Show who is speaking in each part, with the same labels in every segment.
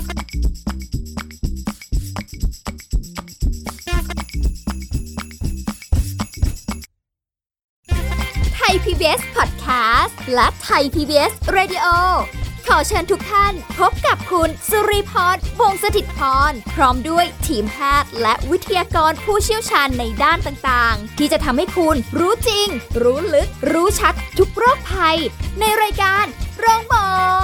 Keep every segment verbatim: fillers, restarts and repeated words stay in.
Speaker 1: ไทย พี บี เอส Podcast และไทย พี บี เอส Radio ขอเชิญทุกท่านพบกับคุณสุริพร วงศ์สถิตพรพร้อมด้วยทีมแพทย์และวิทยากรผู้เชี่ยวชาญในด้านต่างๆที่จะทำให้คุณรู้จริงรู้ลึกรู้ชัดทุกโรคภัยในรายการโรงหมอ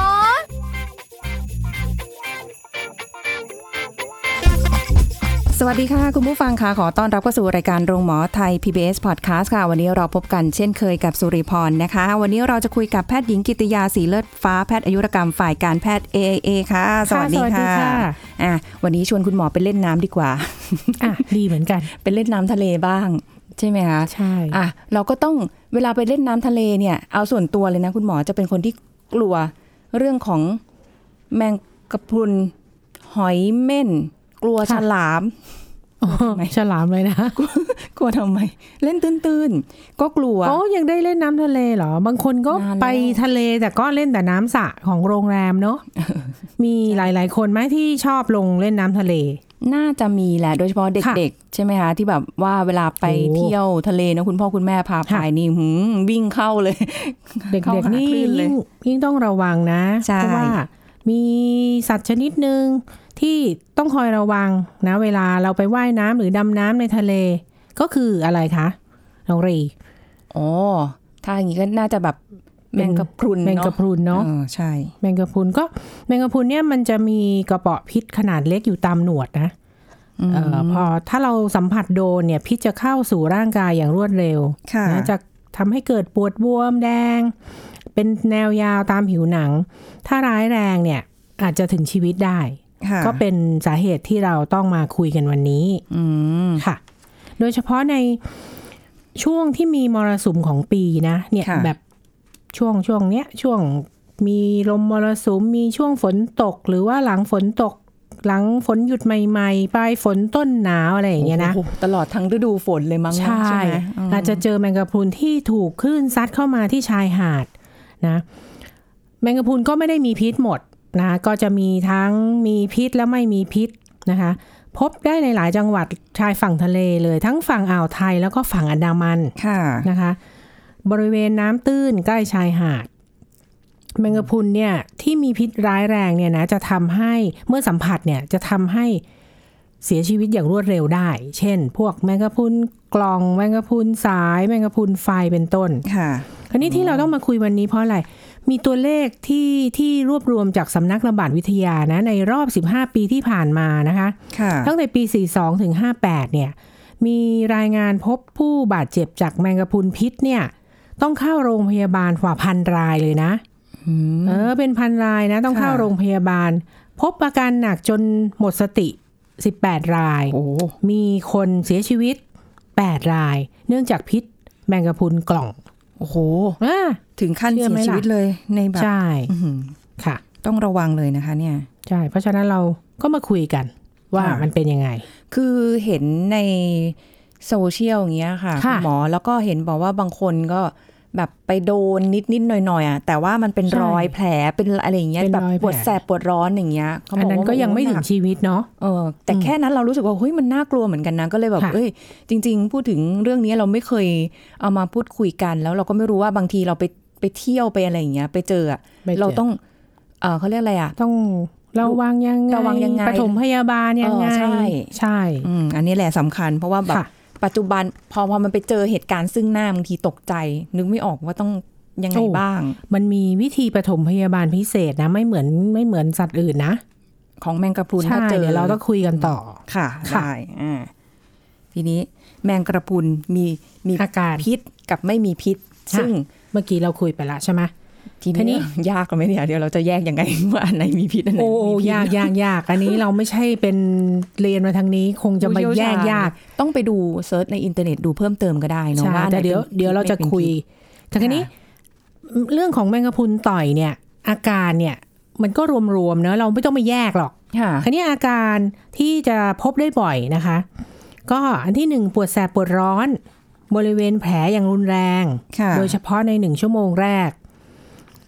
Speaker 2: สวัสดีค่ะคุณผู้ฟังค่ะขอต้อนรับเข้าสู่รายการโรงหมอไทย พี บี เอส Podcast ค่ะวันนี้เราพบกันเช่นเคยกับสุริพรนะคะวันนี้เราจะคุยกับแพทย์หญิงกิตติยาสีเลิศฟ้าแพทย์อายุรกรรมฝ่ายการแพทย์ เอ เอ เอ ค่ะสวัสดีค่ะอ่ะวันนี้ชวนคุณหมอไปเล่นน้ำดีกว่า
Speaker 3: อ่ะดีเหมือนกัน
Speaker 2: ไปเล่นน้ำทะเลบ้างใช่ไหมคะ
Speaker 3: ใช่
Speaker 2: อ่ะเราก็ต้องเวลาไปเล่นน้ำทะเลเนี่ยเอาส่วนตัวเลยนะคุณหมอจะเป็นคนที่กลัวเรื่องของแมงกะพรุนหอยเม่นกลัวฉลาม
Speaker 3: ไม่ฉลามเลยนะ
Speaker 2: กลัวทำไมเล่นตื้นๆก็กลัว
Speaker 3: อ๋อยังได้เล่นน้ำทะเลเหรอบางคนก็ไปทะเลแต่ก็เล่นแต่น้ำสระของโรงแรมเนาะมีหลายๆคนไหมที่ชอบลงเล่นน้ำทะเล
Speaker 2: น่าจะมีแหละโดยเฉพาะเด็กๆใช่ไหมคะที่แบบว่าเวลาไปเที่ยวทะเลนะคุณพ่อคุณแม่พาไปนี่วิ่งเข้าเลย
Speaker 3: เด็กๆนี่ยิ่งยิ่งต้องระวังนะเพราะว่ามีสัตว์ชนิดนึงที่ต้องคอยระวังนะเวลาเราไปว่ายน้ำหรือดำน้ำในทะเลก็คืออะไรคะน้องรี
Speaker 2: อ๋อถ้าอย่างนี้ก็น่าจะแบบแมงกะพรุน
Speaker 3: แมงกะพรุนเนาะ
Speaker 2: ใช่
Speaker 3: แมงกะพรุนก็แมงกะพรุนเนี่ยมันจะมีกระเปาะพิษขนาดเล็กอยู่ตามหนวดนะเอ่อพอถ้าเราสัมผัสโดนเนี่ยพิษจะเข้าสู่ร่างกายอย่างรวดเร็วนะจะทำให้เกิดปวดบวมแดงเป็นแนวยาวตามผิวหนังถ้าร้ายแรงเนี่ยอาจจะถึงชีวิตได้ก็เป็นสาเหตุที่เราต้องมาคุยกันวันนี้ค่ะโดยเฉพาะในช่วงที่มีมรสุมของปีนะเนี่ยแบบช่วงช่วงเนี้ยช่วงมีลมมรสุมมีช่วงฝนตกหรือว่าหลังฝนตกหลังฝนหยุดใหม่ๆปลายฝนต้นหนาวอะไรอย่างเงี้ยนะ
Speaker 2: ตลอดทั้งฤดูฝนเลยมั้ง
Speaker 3: ใช่ไหมอาจจะเจอแมงกะพรุนที่ถูกคลื่นซัดเข้ามาที่ชายหาดนะแมงกะพรุนก็ไม่ได้มีพิษหมดนะก็จะมีทั้งมีพิษและไม่มีพิษนะคะพบได้ในหลายจังหวัดชายฝั่งทะเลเลยทั้งฝั่งอ่าวไทยแล้วก็ฝั่งอันดามันนะคะบริเวณน้ำตื้นใกล้ชายหาดแมงกะพรุนเนี่ยที่มีพิษร้ายแรงเนี่ยนะจะทำให้เมื่อสัมผัสเนี่ยจะทำให้เสียชีวิตอย่างรวดเร็วได้เช่นพวกแมงกะพรุนกล่องแมงกะพรุนสายแมงกะพรุนไฟเป็นต้นค่ะคราวนี้ที่เราต้องมาคุยวันนี้เพราะอะไรมีตัวเลขที่ที่รวบรวมจากสำนักระบาดวิทยานะในรอบสิบห้าปีที่ผ่านมานะคะตั้งแต่ปีสี่สิบสองถึงห้าสิบแปดเนี่ยมีรายงานพบผู้บาดเจ็บจากแมงกะพรุนพิษเนี่ยต้องเข้าโรงพยาบาลกว่าพันรายเลยนะเออเป็นพันรายนะต้องเข้าโรงพยาบาลพบอาการหนักจนหมดสติสิบแปดรายมีคนเสียชีวิตแปดรายเนื่องจากพิษแมงกะพรุนกล่อง
Speaker 2: โอ้โหถึงขั้นเสียชีวิตเลยในแบบ
Speaker 3: ใช่ค่ะ
Speaker 2: ต้องระวังเลยนะคะเนี่ย
Speaker 3: ใช่เพราะฉะนั้นเราก็มาคุยกันว่ามันเป็นยังไง
Speaker 2: คือเห็นในโซเชียลอย่างเงี้ยค่ะหมอแล้วก็เห็นบอกว่าบางคนก็แบบไปโดนนิดๆหน่อยๆอ่ะแต่ว่ามันเป็นรอยแผลเป็นอะไรอย่างเงี้ยแบบปวดแสบปวดร้อนอย่างเงี้ย
Speaker 3: อันนั้นก็ยังไม่ถึงชีวิตเนาะ
Speaker 2: เออแต่แค่นั้นเรารู้สึกว่าเฮ้ยมันน่ากลัวเหมือนกันนะก็เลยแบบเอ้ยจริงๆพูดถึงเรื่องนี้เราไม่เคยเอามาพูดคุยกันแล้วเราก็ไม่รู้ว่าบางทีเราไปไปเที่ยวไปอะไรอย่างเงี้ยไปเจอเราต้องเออเขาเรียกอะไรอ่ะ
Speaker 3: ต้องระวังยังไง
Speaker 2: ระวังยังไง
Speaker 3: ปฐมพยาบาลยังไง
Speaker 2: ใช่
Speaker 3: ใช่
Speaker 2: อันนี้แหละสำคัญเพราะว่าแบบปัจจุบันพอพอมันไปเจอเหตุการณ์ซึ่งหน้าบางทีตกใจนึกไม่ออกว่าต้องยังไงบ้าง
Speaker 3: มันมีวิธีปฐมพยาบาลพิเศษนะไม่เหมือนไม่เหมือนสัตว์อื่นนะ
Speaker 2: ของแมงกะพรุนถ้าเจอ
Speaker 3: เดี๋ยวเราต้องคุยกันต่อ
Speaker 2: ค่ะได้อ่าทีนี้แมงกะพรุนมีมี
Speaker 3: อาการ
Speaker 2: พิษกับไม่มีพิษซึ่ง
Speaker 3: เมื่อกี้เราคุยไปแล้วใช่ไหม
Speaker 2: ทีนี้ยากกันไหมเนี่ยเดี๋ยวเราจะแยกยังไงว่าอันไหนมีพิษอันไหน
Speaker 3: โอ้ยากยากยากอันนี้เราไม่ใช่เป็นเรียนมาทางนี้คงจะไปแยกยาก
Speaker 2: ต้องไปดูเซิร์ชในอินเทอร์เน็ตดูเพิ่มเติมก็ได้เนาะว่า
Speaker 3: แต่เดี๋ยวเดี๋ยวเราจะคุยทีนี้เรื่องของแมงกะพรุนต่อยเนี่ยอาการเนี่ยมันก็รวมๆเนอะเราไม่ต้องไปแยกหรอกทีนี้อาการที่จะพบได้บ่อยนะคะก็อันที่หนึ่งปวดแสบปวดร้อนบริเวณแผลอย่างรุนแรงโดยเฉพาะในหนึ่งชั่วโมงแรก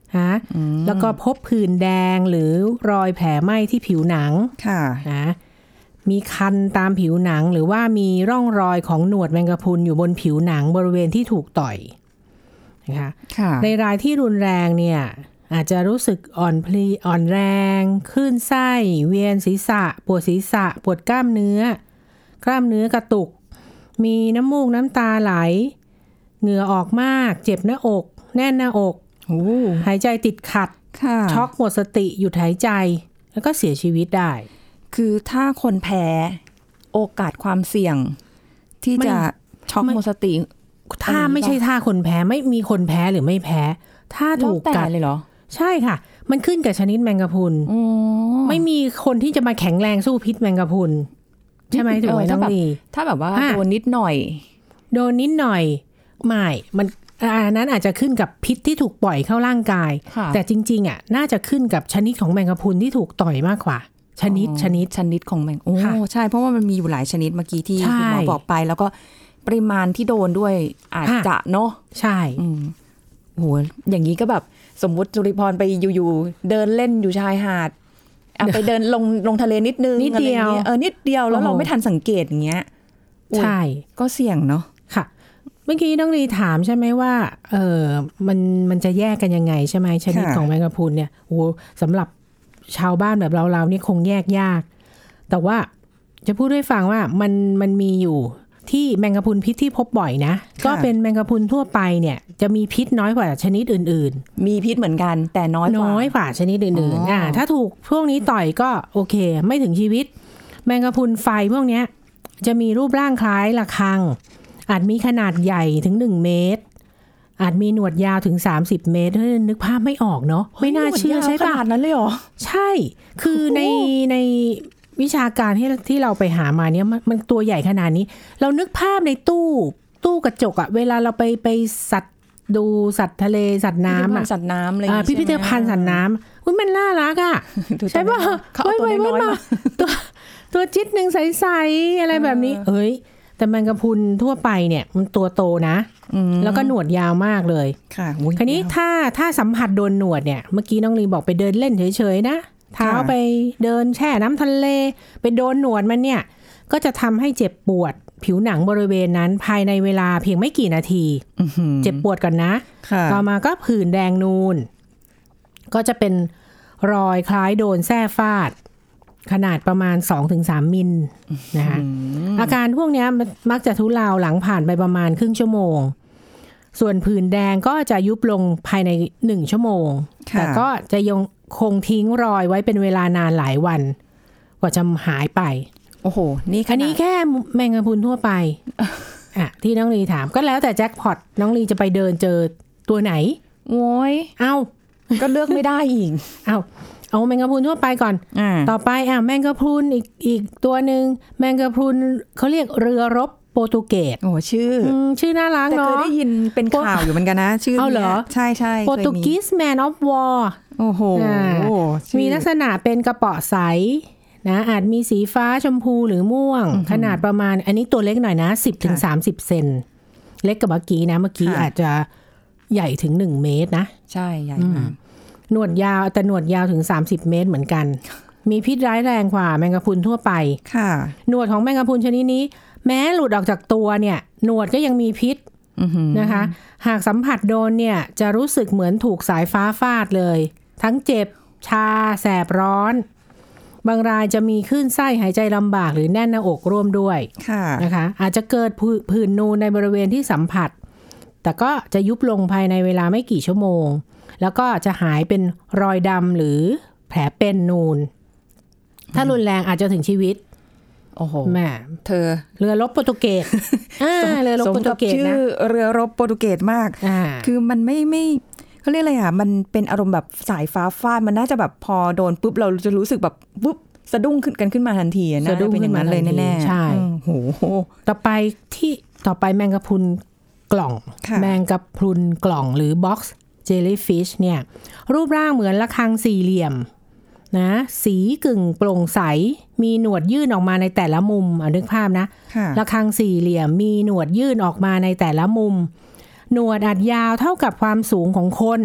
Speaker 3: ฮะแล้วก็พบผื่นแดงหรือรอยแผลไหม้ที่ผิวหนัง
Speaker 2: ค่ะ
Speaker 3: นะมีคันตามผิวหนังหรือว่ามีร่องรอยของหนวดแมงกะพรุนอยู่บนผิวหนังบริเวณที่ถูกต่อยนะคะในรายที่รุนแรงเนี่ยอาจจะรู้สึกอ่อนเพลียอ่อนแรงคลื่นไส้เวียนศีรษะปวดศีรษะปวดกล้ามเนื้อกล้ามเนื้อกระตุกมีน้ำมูกน้ำตาไหลเหงื่อออกมากเจ็บหน้าอกแน่นหน้าอกหายใจติดขัดช็อกหมดสติหยุดหายใจแล้วก็เสียชีวิตได้
Speaker 2: คือถ้าคนแพ้โอกาสความเสี่ยงที่จะช็อกหมดสติ
Speaker 3: ถ้าไม่ใช่ท่าคนแพ้ไม่มีคนแพ้หรือไม่แพ้ถ้าถูกกัด
Speaker 2: เลยเหรอ
Speaker 3: ใช่ค่ะมันขึ้นกับชนิดแมงกะพรุนไม่มีคนที่จะมาแข็งแรงสู้พิษแมงกะพรุนใช่ไหมถูกไหมน้องดี
Speaker 2: ถ้าแบบว่าโดนนิดหน่อย
Speaker 3: โดนนิดหน่อยไม่มันอันนั้นอาจจะขึ้นกับพิษที่ถูกปล่อยเข้าร่างกายแต่จริงๆอ่ะน่าจะขึ้นกับชนิดของแมงกะพรุนที่ถูกต่อยมากกว่าชนิดชนิด
Speaker 2: ชนิดของแมงโอ้ใช่เพราะว่ามันมีอยู่หลายชนิดเมื่อกี้ที่คุณหมอบอกไปแล้วก็ปริมาณที่โดนด้วยอาจจะเนาะ
Speaker 3: ใช่
Speaker 2: โหอย่างนี้ก็แบบสมมุติจุริพรไปอยู่ๆเดินเล่นอยู่ชายหาดไปเดินลงลงทะเลนิดนึง
Speaker 3: นิดเดียว
Speaker 2: เออนิดเดียวแล้วเราไม่ทันสังเกตอย่างเงี้ย
Speaker 3: ใช่
Speaker 2: ก็เสี่ยงเนาะ
Speaker 3: ค่ะเมื่อกี้น้องลีถามใช่ไหมว่าเออมันมันจะแยกกันยังไงใช่ไหมชนิดของแมงกะพรุนเนี่ยโอ้สำหรับชาวบ้านแบบเราๆนี่คงแยกยากแต่ว่าจะพูดให้ฟังว่ามันมันมีอยู่ที่แมงกะพรุนพิษที่พบบ่อยนะก็เป็นแมงกะพรุนทั่วไปเนี่ยจะมีพิษน้อยกว่าชนิดอื่น
Speaker 2: ๆมีพิษเหมือนกันแต่น้อยกว่า
Speaker 3: น้อยกว่าชนิดอื่นๆอ่าถ้าถูกพวกนี้ต่อยก็โอเคไม่ถึงชีวิตแมงกะพรุนไฟพวกนี้จะมีรูปร่างคล้ายระฆังอาจมีขนาดใหญ่ถึงหนึ่งเมตรอาจมีหนวดยาวถึงสามสิบเมตรเฮ้ยนึกภาพไม่ออกเนาะไม่น่าเชื่อใช่ป่ะ
Speaker 2: ขนาดนั้นเลยเหรอ
Speaker 3: ใช่คือในในวิชาการที่ที่เราไปหามาเนี่ยมันมันตัวใหญ่ขนาดนี้เรานึกภาพในตู้ตู้กระจกอะเวลาเราไปไปสัตว์ดูสัตว์ทะเลสัตว์น้ำอะ
Speaker 2: สัตว์น้ำอะไร
Speaker 3: พิพิธภัณฑ์สัตว์น้ำอุ้ยมันน่ารักอะใช่ป่ะ
Speaker 2: เขาเอาตัวน้อยมา
Speaker 3: ตัวตัวจิ๊ดหนึ่งใสๆอะไรแบบนี้เอ้ยแต่แมงกะพรุนทั่วไปเนี่ยมันตัวโตนะแล้วก็หนวดยาวมากเลย
Speaker 2: ค่ะ
Speaker 3: คราวนี้ถ้าถ้าสัมผัสโดนหนวดเนี่ยเมื่อกี้น้องลีบอกไปเดินเล่นเฉยๆนะเท้าไปเดินแช่น้ำทะเลไปโดนหนวดมันเนี่ยก็จะทำให้เจ็บปวดผิวหนังบริเวณนั้นภายในเวลาเพียงไม่กี่นาทีเจ็บปวดก่อนนะต่อมาก็ผื่นแดงนูนก็จะเป็นรอยคล้ายโดนแส้ฟาดขนาดประมาณ สองถึงสาม มิลนะคะอาการพวกนี้มักจะทุเลาหลังผ่านไปประมาณครึ่งชั่วโมงส่วนผื่นแดงก็จะยุบลงภายในหนึ่งชั่วโมงแต่ก็จะยังคงทิ้งรอยไว้เป็นเวลานานหลายวันกว่าจะหายไป
Speaker 2: โอ้โหนี่
Speaker 3: อันนี้แค่แมงกะพรุนทั่วไปอ่ะที่น้องลีถามก็แล้วแต่แจ็คพอตน้องลีจะไปเดินเจอตัวไหน
Speaker 2: โอ้ย
Speaker 3: เอ้า
Speaker 2: ก็เลือกไม่ได้อีก
Speaker 3: เอ้าเอาแมงกะพรุนทั่วไปก่อนต่อไปอ่ะแมงกะพรุนอีกอีกตัวหนึ่งแมงกะพรุนเขาเรียกเรือรบโปรตุเกส
Speaker 2: โอ้ชื่อ
Speaker 3: ชื่อน่ารักเนาะ
Speaker 2: แต่เคยได้ยินเป็นข่าวอยู่เหมือนกันนะชื่อ
Speaker 3: เอาเหรอ
Speaker 2: ใช่ใช่
Speaker 3: โปรตุเกสแมนออฟวอร์
Speaker 2: โอ้โห
Speaker 3: มีลักษณะเป็นกระเป๋อใสนะอาจมีสีฟ้าชมพูหรือม่วงขนาดประมาณอันนี้ตัวเล็กหน่อยนะ สิบถึงสามสิบ เซนเล็กกว่าเมื่อกี้นะเมื่อกี้อาจจะใหญ่ถึงหนึ่งเมตรนะ
Speaker 2: ใช่ใหญ่มาก
Speaker 3: หนวดยาวแต่หนวดยาวถึงสามสิบเมตรเหมือนกันมีพิษร้ายแรงกว่าแมงกะพรุนทั่วไป
Speaker 2: ค่ะ
Speaker 3: หนวดของแมงกะพรุนชนิดนี้แม้หลุดออกจากตัวเนี่ยหนวดก็ยังมีพิษนะคะหากสัมผัสโดนเนี่ยจะรู้สึกเหมือนถูกสายฟ้าฟาดเลยทั้งเจ็บชาแสบร้อนบางรายจะมีคลื่นไส้หายใจลำบากหรือแน่นหน้าอกร่วมด้วยนะคะอาจจะเกิดผื่นนูนในบริเวณที่สัมผัสแต่ก็จะยุบลงภายในเวลาไม่กี่ชั่วโมงแล้วก็จะหายเป็นรอยดำหรือแผลเป็นนูนถ้ารุนแรงอาจจะถึงชีวิต
Speaker 2: โอ้โห
Speaker 3: แม่
Speaker 2: เธอ
Speaker 3: เรือรบโปรตุเกสเรือรบโปรตุเกสนะ
Speaker 2: ชื่อเรือรบโปรตุเกสมากคือมันไม่ไม่เขาเรียกอะไรอ่ะมันเป็นอารมณ์แบบสายฟ้าฟาดมันน่าจะแบบพอโดนปุ๊บเราจะรู้สึกแบบปุ๊บสะดุ้งขึ้นกันขึ้นมาทันทีนะ
Speaker 3: สะดุ้ง
Speaker 2: เป็นอย่างนั้นเลยแน่
Speaker 3: ๆใช่
Speaker 2: โอ้โห
Speaker 3: ต่อไปที่ต่อไปแมงกะพรุนกล่องแมงกะพรุนกล่องหรือบ็อกซ์เจลลี่ฟิชเนี่ยรูปร่างเหมือนระฆังสี่เหลี่ยมนะสีกึ่งโปร่งใสมีหนวดยื่นออกมาในแต่ละมุมเอานึกภาพนะระฆังสี่เหลี่ยมมีหนวดยื่นออกมาในแต่ละมุมหนวดอาจยาวเท่ากับความสูงของคน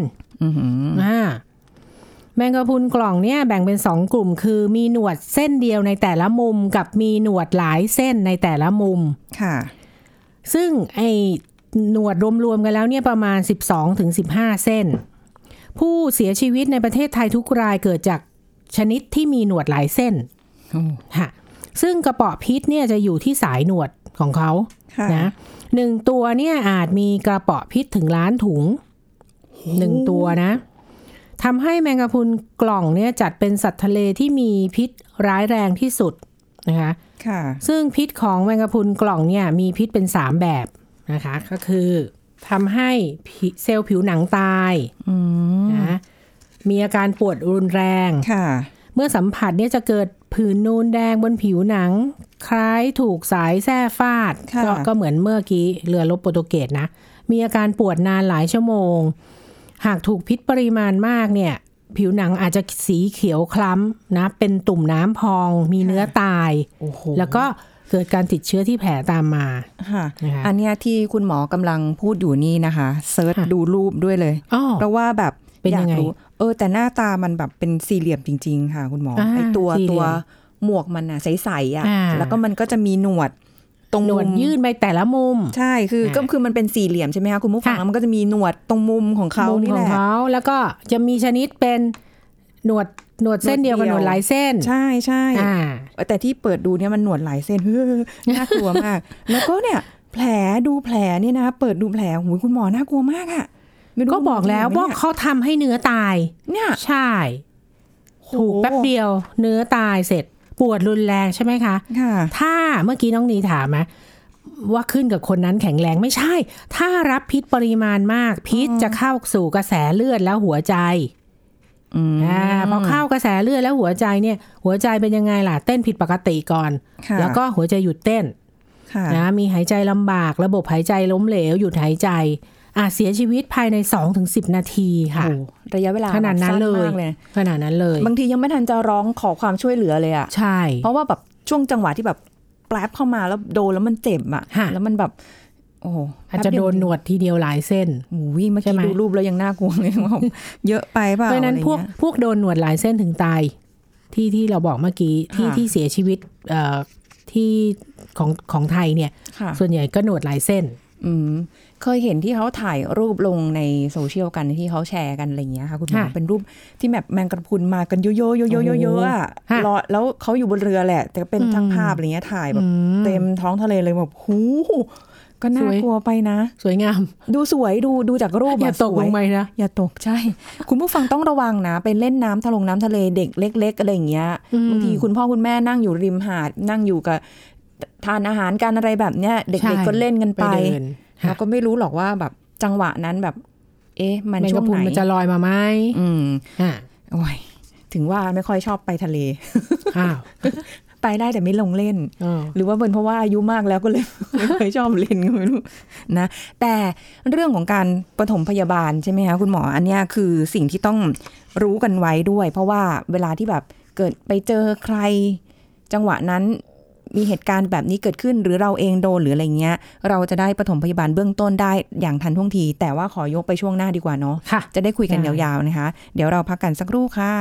Speaker 2: อือหือ
Speaker 3: อ่าแมงกะพรุนกล่องเนี่ยแบ่งเป็นสองกลุ่มคือมีหนวดเส้นเดียวในแต่ละมุมกับมีหนวดหลายเส้นในแต่ละมุม
Speaker 2: ค่ะ
Speaker 3: ซึ่งไอ้หนวดรวมๆกันแล้วเนี่ยประมาณ สิบสองถึงสิบห้า เส้นผู้เสียชีวิตในประเทศไทยทุกรายเกิดจากชนิดที่มีหนวดหลายเส้นค่ะซึ่งกระเปาะพิษเนี่ยจะอยู่ที่สายหนวดของเขานะหนึ่งตัวเนี่ยอาจมีกระเปาะพิษถึงล้านถุงหนึ่งตัวนะทำให้แมงกะพรุนกล่องเนี่ยจัดเป็นสัตว์ทะเลที่มีพิษร้ายแรงที่สุดนะคะ
Speaker 2: ค่ะ
Speaker 3: ซึ่งพิษของแมงกะพรุนกล่องเนี่ยมีพิษเป็นสามแบบนะคะก็คือทำให้เซลล์ผิวหนังตายนะมีอาการปวดรุนแรง
Speaker 2: ค่ะ
Speaker 3: เมื่อสัมผัสเนี่ยจะเกิดผื่นนูนแดงบนผิวหนังคล้ายถูกสายแส้ฟาด ก, ก็เหมือนเมื่อกี้เรือรบโปรตุเกสนะมีอาการปวดนานหลายชั่วโมงหากถูกพิษปริมาณมากเนี่ยผิวหนังอาจจะสีเขียวคล้ำนะเป็นตุ่มน้ำพองมีเนื้อตายแล้วก็เกิดการติดเชื้อที่แผลตามมา
Speaker 2: ค่ะอันนี้ที่คุณหมอกำลังพูดอยู่นี่นะคะเซิร์ชดูรูปด้วยเลยเพราะว่าแบบ
Speaker 3: เป็นยังไง
Speaker 2: เออแต่หน้าตามันแบบเป็นสี่เหลี่ยมจริงๆค่ะคุณหมอไอตัวตัวหมวกมันอ่ะใสๆอ่ะแล้วก็มันก็จะมีหนวดตรง
Speaker 3: หนวดยื่นไปแต่ละมุม
Speaker 2: ใช่คือก็คือมันเป็นสี่เหลี่ยมใช่ไหมคะคุณผู้ฟังแล้วมันก็จะมีหนวดตรงมุมของเขานี่แหละ
Speaker 3: มุมของเขาแล้วก็จะมีชนิดเป็นหนวดหนวดเส้นเดียวกับหนวดหลายเส้น
Speaker 2: ใช่ใช่แต่ที่เปิดดูเนี่ยมันหนวดหลายเส้นน่ากลัวมากแล้วก็เนี่ยแผลดูแผลเนี่ยนะเปิดดูแผลหูคุณหมอน่ากลัวมากอ่ะ
Speaker 3: ก็บอกแล้วว่าเขาทำให้เนื้อตาย
Speaker 2: เนี่ย
Speaker 3: ใช่ถูกแป๊บเดียวเนื้อตายเสร็จปวดรุนแรงใช่ไหมคะถ้าเมื่อกี้น้องนีถามไหมว่าขึ้นกับคนนั้นแข็งแรงไม่ใช่ถ้ารับพิษปริมาณมากพิษจะเข้าสู่กระแสเลือดแล้วหัวใจอ่าพอเข้ากระแสเลือดแล้วหัวใจเนี่ยหัวใจเป็นยังไงล่ะเต้นผิดปกติก่อนแล้วก็หัวใจหยุดเต้นนะมีหายใจลำบากระบบหายใจล้มเหลวหยุดหายใจอาจเสียชีวิตภายใน สองถึงสิบ นาทีค่ะ
Speaker 2: ระยะเวลา
Speaker 3: ขนาดนั้นเลยขนาดนั้นเลย
Speaker 2: บางทียังไม่ทันจะร้องขอความช่วยเหลือเลยอ่ะ
Speaker 3: ใช่
Speaker 2: เพราะว่าแบบช่วงจังหวะที่แบบแปลบเข้ามาแล้วโดนแล้วมันเจ็บอ่ะแล้วมันแบบโอ้
Speaker 3: อาจจะโดนหนวดทีเดียวหลายเส้น
Speaker 2: โอ้ยเมื่อกี้ดูรูปแล้วยังน่ากลัวเลยว่าเยอะไปเปล่า
Speaker 3: เพราะนั้นพวกพวกโดนหนวดหลายเส้นถึงตายที่ที่เราบอกเมื่อกี้ที่ที่เสียชีวิตเอ่อที่ของของไทยเนี่ยส่วนใหญ่ก็หนวดหลายเส้น
Speaker 2: อืมเคยเห็นที่เขาถ่ายรูปลงในโซเชียลกันที่เขาแชร์กันอะไรอย่างเงี้ยค่ะคุณหมอเป็นรูปที่แบบแมงกะพรุนมากันเยอะๆๆๆๆอ่ะรอแล้วเขาอยู่บนเรือแหละแต่เป็นช่างภาพอะไรเงี้ยถ่ายแบบเต็มท้องทะเลเลยแบบหูก็น่ากลัวไปนะ
Speaker 3: สวยงาม
Speaker 2: ดูสวยดูดูจากรูป
Speaker 3: อย่าตกลงไปนะ
Speaker 2: อย่าตกใช่คุณผู้ฟังต้องระวังนะไปเล่นน้ำทะลงน้ำทะเลเด็กเล็กๆอะไรอย่างเงี้ยบางทีคุณพ่อคุณแม่นั่งอยู่ริมหาดนั่งอยู่กับทานอาหารกันอะไรแบบเนี้ยเด็กๆก็เล่นกันไปเราก็ไม่รู้หรอกว่าแบบจังหวะนั้นแบบเอ๊ะมันช่วงไหน
Speaker 3: มันจะลอยมาไหม
Speaker 2: อืมอ่าโอ้ยถึงว่าไม่ค่อยชอบไปทะเล
Speaker 3: อ้าว
Speaker 2: ไปได้แต่ไม่ลงเล่นหรือว่าเป็นเพราะว่าอายุมากแล้วก็เลยไม่ค่อยชอบเล่นก็ไม่รู้นะแต่เรื่องของการปฐมพยาบาลใช่ไหมคะคุณหมออันนี้คือสิ่งที่ต้องรู้กันไว้ด้วยเพราะว่าเวลาที่แบบเกิดไปเจอใครจังหวะนั้นมีเหตุการณ์แบบนี้เกิดขึ้นหรือเราเองโดนหรืออะไรเงี้ยเราจะได้ปฐมพยาบาลเบื้องต้นได้อย่างทันท่วงทีแต่ว่าขอยกไปช่วงหน้าดีกว่าเนาะจะได้คุยกันยาวๆนะคะเดี๋ยวเราพักกันสักครู่ค่ะ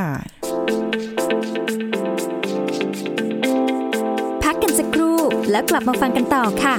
Speaker 1: พักกันสักครู่แล้วกลับมาฟังกันต่อค่ะ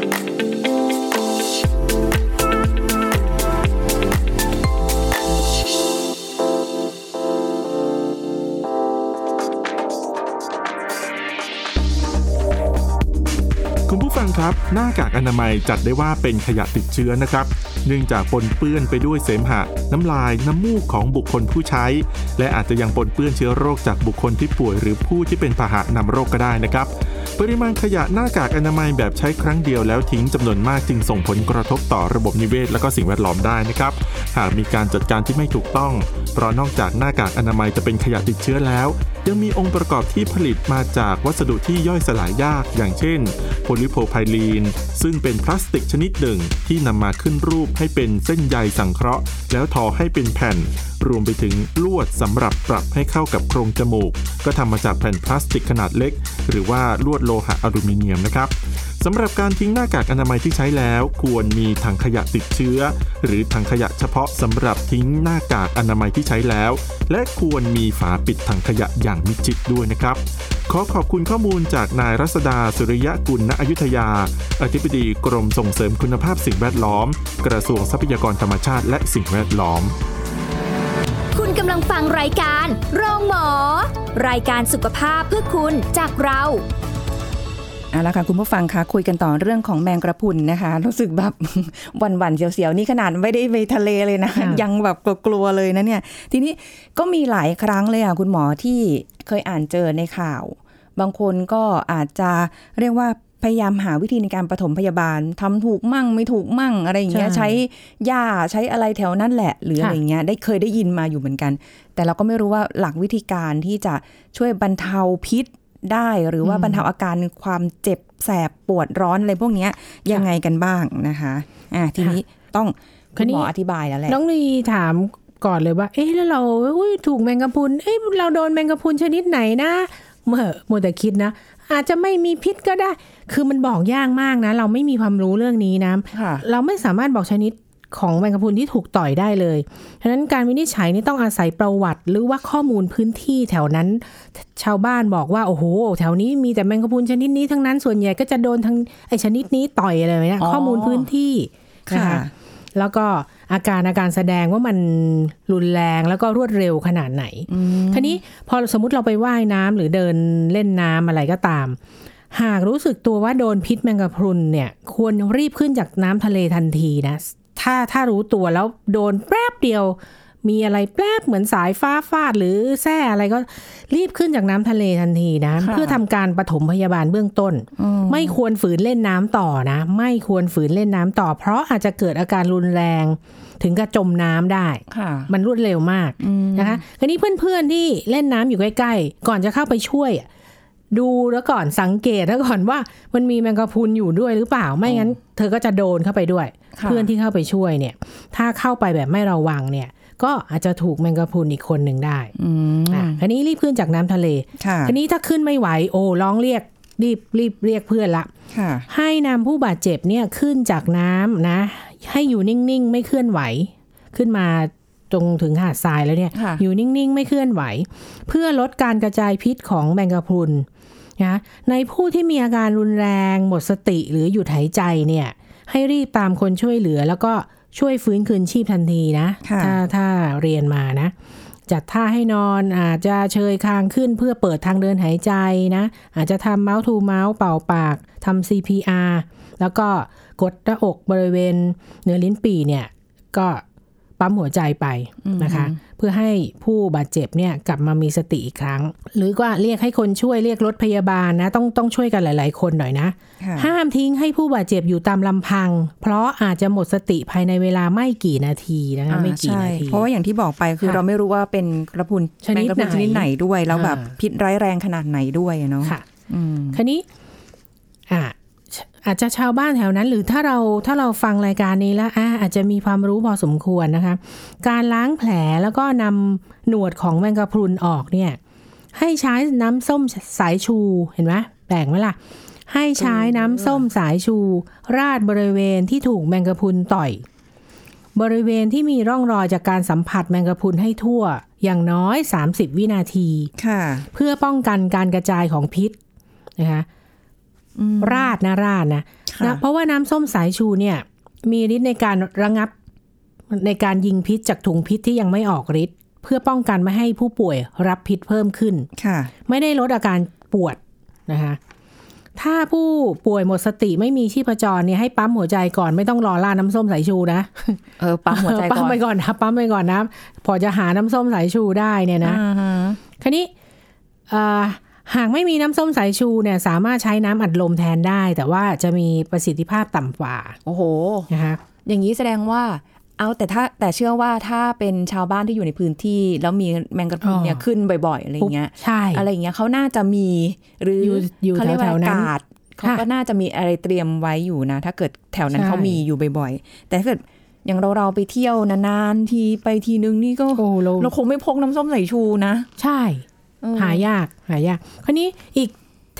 Speaker 4: คุณผู้ฟังครับหน้ากากอนามัยจัดได้ว่าเป็นขยะติดเชื้อนะครับเนื่องจากปนเปื้อนไปด้วยเสมหะน้ำลายน้ำมูกของบุคคลผู้ใช้และอาจจะยังปนเปื้อนเชื้อโรคจากบุคคลที่ป่วยหรือผู้ที่เป็นพาหะนำโรคก็ได้นะครับปริมาณขยะหน้ากากอนามัยแบบใช้ครั้งเดียวแล้วทิ้งจำนวนมากจึงส่งผลกระทบต่อระบบนิเวศและก็สิ่งแวดล้อมได้นะครับหากมีการจัดการที่ไม่ถูกต้องเพราะนอกจากหน้ากากอนามัยจะเป็นขยะติดเชื้อแล้วยังมีองค์ประกอบที่ผลิตมาจากวัสดุที่ย่อยสลายยากอย่างเช่นโพลิโพไพลีนซึ่งเป็นพลาสติกชนิดหนึ่งที่นำมาขึ้นรูปให้เป็นเส้นใยสังเคราะห์แล้วทอให้เป็นแผ่นรวมไปถึงลวดสำหรับปรับให้เข้ากับโครงจมูกก็ทำมาจากแผ่นพลาสติกขนาดเล็กหรือว่าลวดโลหะอลูมิเนียมนะครับสำหรับการทิ้งหน้ากากอนามัยที่ใช้แล้วควรมีถังขยะติดเชื้อหรือถังขยะเฉพาะสำหรับทิ้งหน้ากากอนามัยที่ใช้แล้วและควรมีฝาปิดถังขยะอย่างมิดชิดด้วยนะครับขอขอบคุณข้อมูลจากนายรัศดาสุริยะกุลณอยุธยาอธิบดีกรมส่งเสริมคุณภาพสิ่งแวดล้อมกระทรวงทรัพยากรธรรมชาติและสิ่งแวดล้อม
Speaker 1: คุณกำลังฟังรายการโรงหมอรายการสุขภาพเพื่อคุณจากเรา
Speaker 2: เอาละค่ะคุณผู้ฟังคะคุยกันต่อเรื่องของแมงกระพรุนนะคะรู้สึกแบบ หวั่นๆเสียวๆนี่ขนาดไม่ได้ไปทะเลเลยนะ ยังแบบกลัวๆเลยนะเนี่ยทีนี้ก็มีหลายครั้งเลยอ่ะคุณหมอที่เคยอ่านเจอในข่าวบางคนก็อาจจะเรียกว่าพยายามหาวิธีในการปฐมพยาบาลทำถูกมั่งไม่ถูกมั่งอะไรอย่างเงี้ยใช้หญ้าใช้อะไรแถวนั้นแหละหรืออะไรเงี้ยได้เคยได้ยินมาอยู่เหมือนกันแต่เราก็ไม่รู้ว่าหลักวิธีการที่จะช่วยบรรเทาพิษได้หรือว่าบรรเทาอาการความเจ็บแสบปวดร้อนอะไรพวกนี้ยังไงกันบ้างนะคะอ่ะทีนี้ต้องคุณหมออธิบายแล้วแหละ
Speaker 3: น้องลีถามก่อนเลยว่าเอ๊ะแล้วเราถูกแมงกะพรุนเอ๊ะเราโดนแมงกะพรุนชนิดไหนนะเมื่อมัวแต่คิดนะอาจจะไม่มีพิษก็ได้คือมันบอกยากมากนะเราไม่มีความรู้เรื่องนี้นะเราไม่สามารถบอกชนิดของแมงกะพรุนที่ถูกต่อยได้เลยฉะนั้นการวินิจฉัยนี่ต้องอาศัยประวัติหรือว่าข้อมูลพื้นที่แถวนั้นชาวบ้านบอกว่าโอ้โหแถวนี้มีแต่แมงกะพรุนชนิดนี้ทั้งนั้นส่วนใหญ่ก็จะโดนทั้งไอ้ชนิดนี้ต่อยอะไรเนี่ยข้อมูลพื้นที่นะคะแล้วก็อาการอาการแสดงว่ามันรุนแรงแล้วก็รวดเร็วขนาดไหนทีนี้พอสมมติเราไปว่ายน้ำหรือเดินเล่นน้ำอะไรก็ตามหากรู้สึกตัวว่าโดนพิษแมงกะพรุนเนี่ยควรรีบขึ้นจากน้ำทะเลทันทีนะถ้าถ้ารู้ตัวแล้วโดนแป๊บเดียวมีอะไรแป๊บเหมือนสายฟ้าฟาดหรือแส้อะไรก็รีบขึ้นจากน้ำทะเลทันทีนะเพื่อทำการปฐมพยาบาลเบื้องต้นไม่ควรฝืนเล่นน้ำต่อนะไม่ควรฝืนเล่นน้ำต่อเพราะอาจจะเกิดอาการรุนแรงถึงกับจมน้ำได้มันรวดเร็วมากนะคะทีนี้เพื่อนๆที่เล่นน้ำอยู่ใกล้ๆก่อนจะเข้าไปช่วยดูแล้วก่อนสังเกตแล้วก่อนว่ามันมีแมงกะพรุนอยู่ด้วยหรือเปล่าไม่งั้นเธอก็จะโดนเข้าไปด้วยเพื่อนที่เข้าไปช่วยเนี่ยถ้าเข้าไปแบบไม่ระวังเนี่ยก็อาจจะถูกแมงกะพรุนอีกคนหนึ่งได้อ่ะทีนี้รีบขึ้นจากน้ำทะเลทีนี้ถ้าขึ้นไม่ไหวโอ้ร้องเรียกรีบรีบเรียกเพื่อนละให้นำผู้บาดเจ็บเนี่ยขึ้นจากน้ำนะให้อยู่นิ่งๆไม่เคลื่อนไหวขึ้นมาตรงถึงหาดทรายแล้วเนี่ยอยู่นิ่งๆไม่เคลื่อนไหวเพื่อลดการกระจายพิษของแมงกะพรุนนะในผู้ที่มีอาการรุนแรงหมดสติหรือหยุดหายใจเนี่ยให้รีบตามคนช่วยเหลือแล้วก็ช่วยฟื้นคืนชีพทันทีนะถ้าถ้าเรียนมานะจัดท่าให้นอนอาจจะเชยคางขึ้นเพื่อเปิดทางเดินหายใจนะอาจจะทำเมาส์ทูเมาส์เป่าปากทำ ซี พี อาร์ แล้วก็กดหน้าอกบริเวณเหนือลิ้นปี่เนี่ยก็ปั๊มหัวใจไปนะคะเพื่อให้ผู้บาดเจ็บเนี่ยกลับมามีสติอีกครั้งหรือว่าเรียกให้คนช่วยเรียกรถพยาบาลนะต้องต้องช่วยกันหลายๆคนหน่อยนะห้ามทิ้งให้ผู้บาดเจ็บอยู่ตามลำพังเพราะอาจจะหมดสติภายในเวลาไม่กี่นาทีนะคะไม่กี่นาที
Speaker 2: เพราะว่าอย่างที่บอกไปคือเราไม่รู้ว่าเป็นกระพรุนแมงกระพรุนชนิดไหนด้วยแล้วแบบพิษร้ายแรงขนาดไหนด้วยเนาะ
Speaker 3: ค่ะคราวนี้อ่ะอาจจะชาวบ้านแถวนั้นหรือถ้าเราถ้าเราฟังรายการนี้แล้วอ่ะอาจจะมีความรู้พอสมควรนะคะการล้างแผลแล้วก็นำหนวดของแมงกะพรุนออกเนี่ยให้ใช้น้ำส้มสายชูเห็นไหมแปลกไหมล่ะให้ใช้น้ำส้มสายชูราดบริเวณที่ถูกแมงกะพรุนต่อยบริเวณที่มีร่องรอยจากการสัมผัสแมงกะพรุนให้ทั่วอย่างน้อยสามสิบวินาทีเพื่อป้องกันการกระจายของพิษนะคะราดนะราดนะนะเพราะว่าน้ำส้มสายชูเนี่ยมีฤทธิ์ในการระงับในการยิงพิษจากถุงพิษที่ยังไม่ออกฤทธิ์เพื่อป้องกันไม่ให้ผู้ป่วยรับพิษเพิ่มขึ้นไม่ได้ลดอาการปวดนะคะถ้าผู้ป่วยหมดสติไม่มีชีพจรเนี่ยให้ปั๊มหัวใจก่อนไม่ต้องรอราดน้ำส้มสายชูนะ
Speaker 2: เออปั๊มหัวใจก่อน
Speaker 3: ปั๊มไปก่อนนะปั๊มไปก่อนนะพอจะหาน้ำส้มสายชูได้เนี่ยนะคราวนี้หากไม่มีน้ำส้มสายชูเนี่ยสามารถใช้น้ำอัดลมแทนได้แต่ว่าจะมีประสิทธิภาพต่ำกว่า
Speaker 2: โอ้โห
Speaker 3: นะคะ
Speaker 2: อย่างนี้แสดงว่าเอาแต่ถ้าแต่เชื่อว่าถ้าเป็นชาวบ้านที่อยู่ในพื้นที่แล้วมีแมงกะพรุนเนี่ยขึ้นบ่อยๆอะไรเงี้ย
Speaker 3: ใช่
Speaker 2: อะไรเงี้ยเขาน่าจะมีหรือเขาเรียกว่าอากาศเขาก็น่าจะมีอะไรเตรียมไว้อยู่นะถ้าเกิดแถวนั้นเขามีอยู่บ่อยๆแต่ถ้าเกิดอย่างเราเราไปเที่ยวนานๆทีไปทีนึงนี่ก็เราคงไม่พกน้ำส้มสายชูนะ
Speaker 3: ใช่หายากหายากคราวนี้อีกเท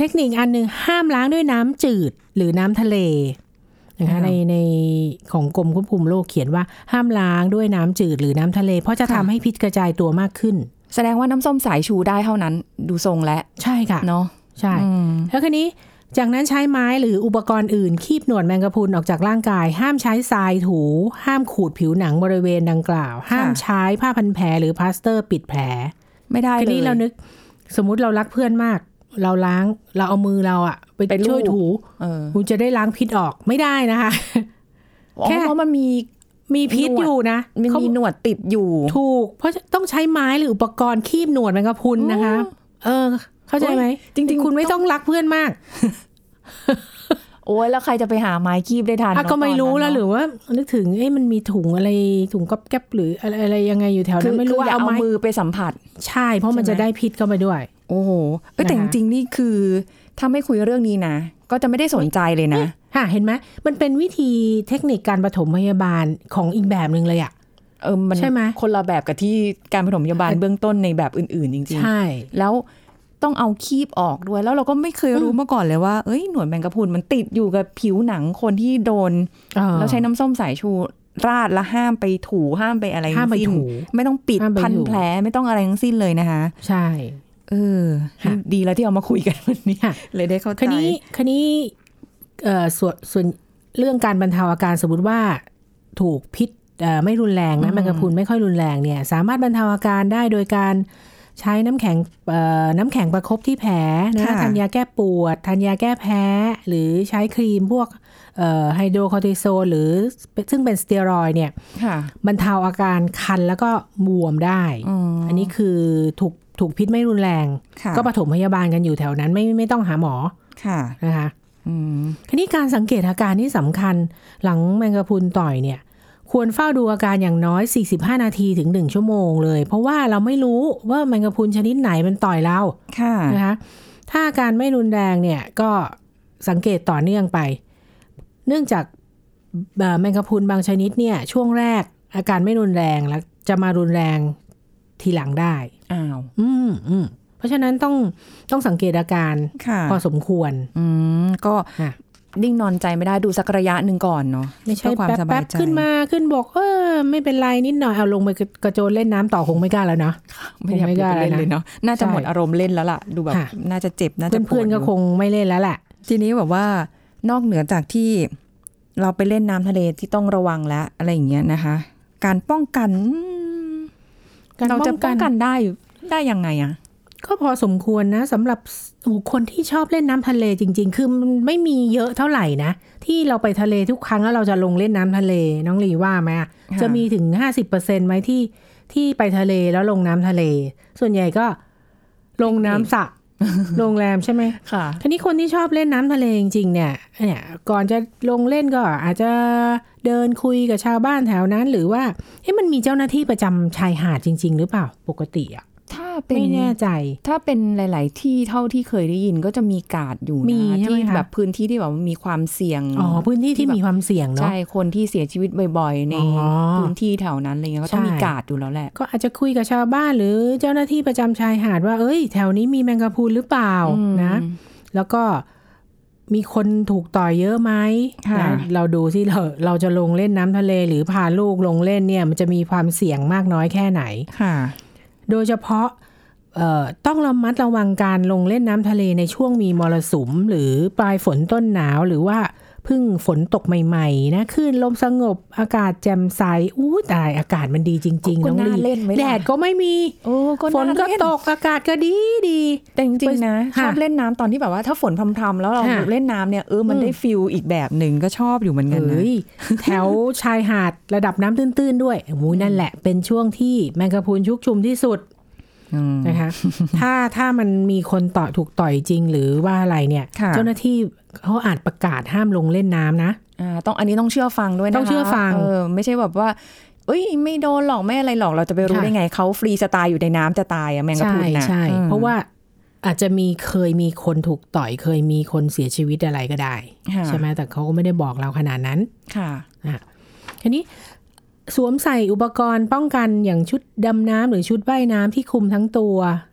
Speaker 3: ทคนิคอันนึงห้ามล้างด้วยน้ำจืดหรือน้ำทะเลนะคะในในของกรมควบคุมโรคเขียนว่าห้ามล้างด้วยน้ำจืดหรือน้ำทะเลเพราะจะทำให้พิษกระจายตัวมากขึ้น
Speaker 2: แสดงว่าน้ำส้มสายชูได้เท่านั้นดูทรงแล้ว
Speaker 3: ใช่ค่ะ
Speaker 2: เนาะ
Speaker 3: ใช่แล้วคราวนี้จากนั้นใช้ไม้หรืออุปกรณ์อื่นคีบหนวดแมงกะพรุนออกจากร่างกายห้ามใช้ทรายถูห้ามขูดผิวหนังบริเวณดังกล่าวห้ามใช้ผ้าพันแผลหรือพลาสเตอร์ปิดแผล
Speaker 2: ไม่ได้เลยที
Speaker 3: นี้เรานึกสมมุติเรารักเพื่อนมากเราล้างเราเอามือเราอะไปช่วยถูคุณจะได้ล้างพิษออกไม่ได้นะคะ
Speaker 2: แค่เพราะมันมี
Speaker 3: มีพิษอยู่นะ
Speaker 2: มันมีหนวดติดอยู่
Speaker 3: ถูกเพราะต้องใช้ไม้หรืออุปกรณ์คีบหนวดแมงกะพรุนนะคะเออเข้าใจไหมจริงๆคุณไม่ต้องรักเพื่อนมาก
Speaker 2: โอ้ยแล้วใครจะไปหาไม้คีบได้ทัน
Speaker 3: ก็ไม่รู้แล้วหรือว่านึกถึงเอ้มันมีถุงอะไรถุงก๊อบแก๊บหรืออะไรอะไรยังไงอยู่แถวนั้นไม่รู้
Speaker 2: ว่าเอามือไปสัมผัส
Speaker 3: ใช่เพราะมันจะได้พิษเข้าไปด้วย
Speaker 2: โอ้โหแต่จริงๆนี่คือถ้าไม่คุยเรื่องนี้นะก็จะไม่ได้สนใจเลยนะ
Speaker 3: ค่ะเห็นไหมมันเป็นวิธีเทคนิคการปฐมพยาบาลของอีกแบบนึงเลยอะ
Speaker 2: เออมันใช่ไหมคนละแบบกับที่การปฐมพยาบาลเบื้องต้นในแบบอื่นๆจริงๆ
Speaker 3: ใช่
Speaker 2: แล้วต้องเอาคีบออกด้วยแล้วเราก็ไม่เคยรู้มาก่อนเลยว่าเอ้ยหนวดแมงกะพรุนมันติดอยู่กับผิวหนังคนที่โดนแล้วใช้น้ำส้มสายชูราดแล้วห้ามไปถูห้ามไปอะไรทั้งสิ้นไม่ต้องปิดพันแผลไม่ต้องอะไรทั้งสิ้นเลยนะคะ
Speaker 3: ใช่
Speaker 2: เออดีแล้วที่เอามาคุยกันวันนี้เลยได้เข้าใจ
Speaker 3: คันนี้คันนี้เอ่อส่วนส่วนเรื่องการบรรเทาอาการสมมติว่าถูกพิษไม่รุนแรงนะแมงกะพรุนไม่ค่อยรุนแรงเนี่ยสามารถบรรเทาอาการได้โดยการใช้น้ำแข็งน้ำแข็งประคบที่แผลนะทานยาแก้ปวดทานยาแก้แพ้หรือใช้ครีมพวกไฮโดรคอร์ติโซนหรือซึ่งเป็นสเตียรอยด์เนี่ยบรรเทาอาการคันแล้วก็บวมได้ อ, อันนี้คือถูกถูกพิษไม่รุนแรงก็ปฐมพยาบาลกันอยู่แถวนั้นไม่ไม่ต้องหาหมอนะคะทีนี้การสังเกตอาการที่สำคัญหลังแมงกะพรุนต่อยเนี่ยควรเฝ้าดูอาการอย่างน้อยสี่สิบห้านาทีถึงหนึ่งชั่วโมงเลยเพราะว่าเราไม่รู้ว่าแมงกะพรุนชนิดไหนมันต่อยเรานะคะถ้าอาการไม่รุนแรงเนี่ยก็สังเกตต่อเนื่องไปเนื่องจากแมงกะพรุนบางชนิดเนี่ยช่วงแรกอาการไม่รุนแรงแล้วจะมารุนแรงทีหลังได้
Speaker 2: อ้าว
Speaker 3: อืมอืมเพราะฉะนั้นต้องต้องสังเกตอาการพอสมควร
Speaker 2: อืมก็นิ่งนอนใจไม่ได้ดูสักระยะหนึ่งก่อนเนาะ
Speaker 3: ไม่ใช่ความสบายใจขึ้นมาขึ้นบอกเออไม่เป็นไรนิดหน่อยเอาลงไปกระโจนเล่นน้ำต่อคงไม่กล้าแล้วเนาะ
Speaker 2: ไม่อยากเล่นเลยเนาะน่าจะหมดอารมณ์เล่นแล้วล่ะดูแบบน่าจะเจ็บน่าจะปวด
Speaker 3: เพื่อนๆก็คงไม่เล่นแล้วแหละ
Speaker 2: ทีนี้แบบว่านอกเหนือจากที่เราไปเล่นน้ำทะเลที่ต้องระวังแล้วอะไรอย่างเงี้ยนะคะการป้องกันเราจะป้องกันได้ได้ยังไงอะ
Speaker 3: ก็พอสมควรนะสำหรับคนที่ชอบเล่นน้ำทะเลจริงๆคือมันไม่มีเยอะเท่าไหร่นะที่เราไปทะเลทุกครั้งแล้วเราจะลงเล่นน้ำทะเลน้องลีว่าไหมจะมีถึง ห้าสิบเปอร์เซ็นต์ ไหมที่ที่ไปทะเลแล้วลงน้ำทะเลส่วนใหญ่ก็ลงน้ำสระโรงแรมใช่ไหม
Speaker 2: ค่ะ
Speaker 3: ทีนี้คนที่ชอบเล่นน้ำทะเลจริงๆเนี่ยเนี่ยก่อนจะลงเล่นก็อาจจะเดินคุยกับชาวบ้านแถวนั้นหรือว่าเอ๊ะมันมีเจ้าหน้าที่ประจำชายหาดจริงๆหรือเปล่าปกติอ่ะ
Speaker 2: ถ้าเป็น
Speaker 3: ไม่แน่ใจ
Speaker 2: ถ้าเป็นหลายๆที่เท่าที่เคยได้ยินก็จะมีการ์ดอยู่นะที่แบบพื้นที่ที่แบบมีความเสี่ยง
Speaker 3: อ๋อพื้นที่ที่มีความเสี่ยงเนาะ
Speaker 2: ใช่คนที่เสียชีวิตบ่อยๆในพื้นที่แถวนั้นอะไรเงี้ยก็ต้องมีการ์ดอยู่แล้วแหละ
Speaker 3: ก็อาจจะคุยกับชาวบ้านหรือเจ้าหน้าที่ประจำชายหาดว่าเอ้ยแถวนี้มีแมงกะพรุนหรือเปล่านะแล้วก็มีคนถูกต่อยเยอะไหมนะเราดูที่เราเราจะลงเล่นน้ำทะเลหรือพาลูกลงเล่นเนี่ยมันจะมีความเสี่ยงมากน้อยแค่ไหนโดยเฉพาะต้องระมัดระวังการลงเล่นน้ำทะเลในช่วงมีมรสุมหรือปลายฝนต้นหนาวหรือว่าเพิ่งฝนตกใหม่ๆนะคลื่นลมสงบอากาศแจ่มใสอู้ตายอากาศมันดีจริงๆน้องลีแดดก็ไม่มีฝนก็ตกอากาศก็ดีดี
Speaker 2: แต่จริงๆนะชอบเล่นน้ำตอนที่แบบว่าถ้าฝนพรำๆแล้วเราเล่นน้ำเนี่ยเออมันได้ฟิลอีกแบบหนึ่งก็ชอบอยู่เหมือนกันนะ
Speaker 3: แถวชายหาดระดับน้ำตื้นๆด้วยมูนั่นแหละเป็นช่วงที่แมงกะพรุนชุกชุมที่สุดนะคะถ้าถ้ามันมีคนต่อถูกต่อยจริงหรือว่าอะไรเนี่ยเจ้าหน้าที่เขาอาจประกาศห้ามลงเล่นน้ำนะ
Speaker 2: อ่าต้องอันนี้ต้องเชื่อฟังด้วยนะคะ
Speaker 3: ต้องเชื่อฟัง
Speaker 2: เออไม่ใช่แบบว่าเอ้ยไม่โดนหรอกไม่อะไรหรอกเราจะไปรู้ได้ไงเขาฟรีสไตล์อยู่ในน้ำจะตายอะแมงกะพรุนนะ
Speaker 3: ใช่เพราะว่าอาจจะมีเคยมีคนถูกต่อยเคยมีคนเสียชีวิตอะไรก็ได้ใช่ไหมแต่เขาก็ไม่ได้บอกเราขนาดนั้น
Speaker 2: ค่ะ
Speaker 3: อ่ะทีนี้สวมใส่อุปกรณ์ป้องกันอย่างชุดดำน้ำหรือชุดว่ายน้ำที่คลุมทั้งตัว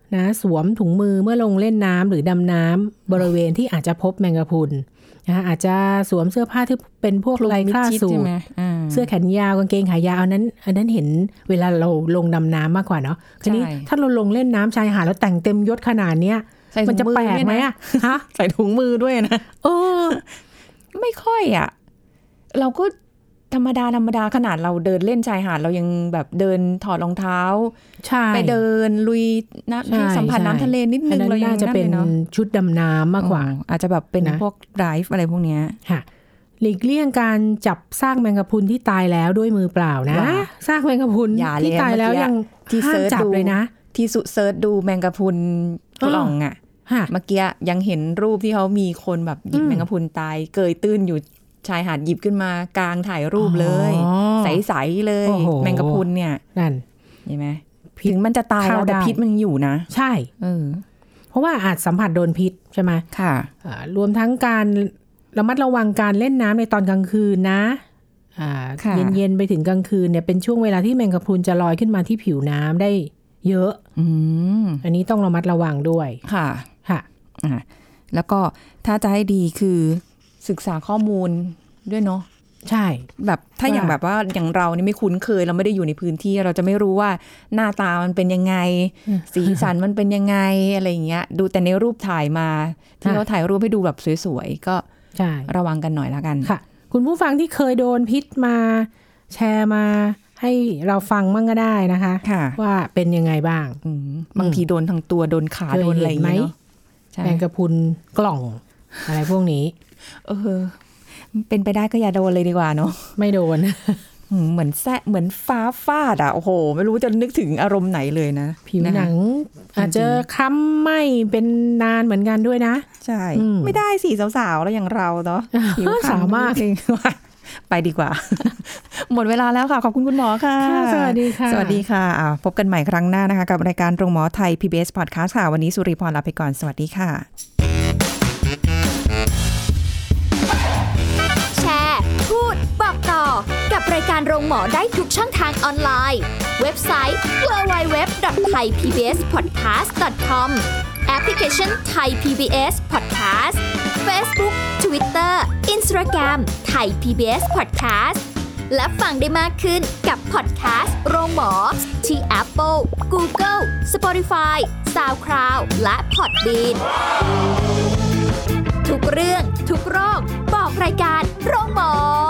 Speaker 3: นะสวมถุงมือเมื่อลงเล่นน้ำหรือดำน้ำบริเวณที่อาจจะพบแมงกะพรุนนะอาจจะสวมเสื้อผ้าที่เป็นพวกลายคล้าสูทเสื้อแขนยาวกางเกงขายาวอันนั้นอันนั้นเห็นเวลาเราลงดำน้ำมากกว่าเนาะทีนี้ถ้าเราลงเล่นน้ำชายหาดแล้วแต่งเต็มยศขนาดเนี้ยมันจะแปลกไหมอะฮะ
Speaker 2: ใส่ถุงมือด้วยนะ
Speaker 3: เออ
Speaker 2: ไม่ค่อยอ่ะเราก็ธรรมดาธรรมดาขนาดเราเดินเล่นชายหาดเรายังแบบเดินถอดรองเท้าไปเดินลุยน้ำให้สัมผัสน้ำทะเลนิดนึง
Speaker 3: เรายังจะเป็นชุดดำน้ำมากกว่า
Speaker 2: อาจจะแบบเป็นพวกไดฟ์อะไรพวกเนี้ย
Speaker 3: ค่ะหลีกเลี่ยงการจับซากแมงกะพรุนที่ตายแล้วด้วยมือเปล่านะซากแมงกะพรุนที่ตายแล้วยัง
Speaker 2: ที่เซิร์ช
Speaker 3: จับเลยนะ
Speaker 2: ที่สุเซิร์ชดูแมงกะพรุนกล่องอ่ะเมื่อกี้ยังเห็นรูปที่เขามีคนแบบหยิบแมงกะพรุนตายเกยตื้นอยู่ชายหาดหยิบขึ้นมากลางถ่ายรูปเลยใสๆเลยแมงกะพรุนเนี่ย
Speaker 3: นั่น
Speaker 2: เห็นไหมถึงมันจะตายแล้วแต่พิษมันอยู่นะ
Speaker 3: ใช่
Speaker 2: เออ
Speaker 3: เพราะว่าอาจสัมผัสโดนพิษใช่ไหม
Speaker 2: ค่ะ
Speaker 3: รวมทั้งการระมัดระวังการเล่นน้ำในตอนกลางคืนนะเย็นๆไปถึงกลางคืนเนี่ยเป็นช่วงเวลาที่แมงกะพรุนจะลอยขึ้นมาที่ผิวน้ำได้เยอะ
Speaker 2: อืม
Speaker 3: อันนี้ต้องระมัดระวังด้วย
Speaker 2: ค่ะ
Speaker 3: ค่ะ
Speaker 2: อ่าแล้วก็ถ้าจะให้ดีคือศึกษาข้อมูลด้วยเนาะ
Speaker 3: ใช่
Speaker 2: แบบถ้าอย่างแบบว่าอย่างเรานี่ไม่คุ้นเคยเราไม่ได้อยู่ในพื้นที่เราจะไม่รู้ว่าหน้าตามันเป็นยังไงสีสันมันเป็นยังไงอะไรอย่างเงี้ยดูแต่ในรูปถ่ายมาที่เขาถ่ายรูปให้ดูแบบสวยๆก็ระวังกันหน่อยละกัน
Speaker 3: ค่ะคุณผู้ฟังที่เคยโดนพิษมาแชร์มาให้เราฟังมั่งก็ได้นะคะว่าเป็นยังไงบ้าง
Speaker 2: บางทีโดนทั้งตัวโดนขาโดนอะไรไหม
Speaker 3: แมงกะพรุนกล่องอะไรพวกนี้
Speaker 2: เออเป็นไปได้ก็อย่าโดนเลยดีกว่าเนาะ
Speaker 3: ไม่โดน
Speaker 2: เหมือนแซะเหมือนฟ้าฟาดอ่ะโอ้โหไม่รู้จะนึกถึงอารมณ์ไหนเลยนะ
Speaker 3: ผิวหนังอาจจะค้ำไหม้เป็นนานเหมือนกันด้วยนะ
Speaker 2: ใช่ไม่ได้สิสาวๆแล้วอย่างเราเนาะ
Speaker 3: ผิวขาวมากเอง
Speaker 2: ไปดีกว่าหมดเวลาแล้วค่ะขอบคุณคุณหมอค่ะ
Speaker 3: สวัสดีค่ะ
Speaker 2: สวัสดีค่ะพบกันใหม่ครั้งหน้านะคะกับรายการโรงหมอไทย พี บี เอส Podcast ค่ะวันนี้สุริพรลาไปก่อนสวัสดีค่ะ
Speaker 1: แชร์พูดบอกต่อกับรายการโรงหมอได้ทุกช่องทางออนไลน์เว็บไซต์ ดับเบิลยู ดับเบิลยู ดับเบิลยู ดอท ไทยพีบีเอสพอดแคสต์ ดอท คอม แอปพลิเคชัน Thai พี บี เอส Podcast Facebook Twitter Instagram Thai พี บี เอส Podcast และฟังได้มากขึ้นกับพอดแคสต์โรงหมอที่ Apple, Google, Spotify, SoundCloud และ Podbean ทุกเรื่องทุกโรคบอกรายการโรงหมอ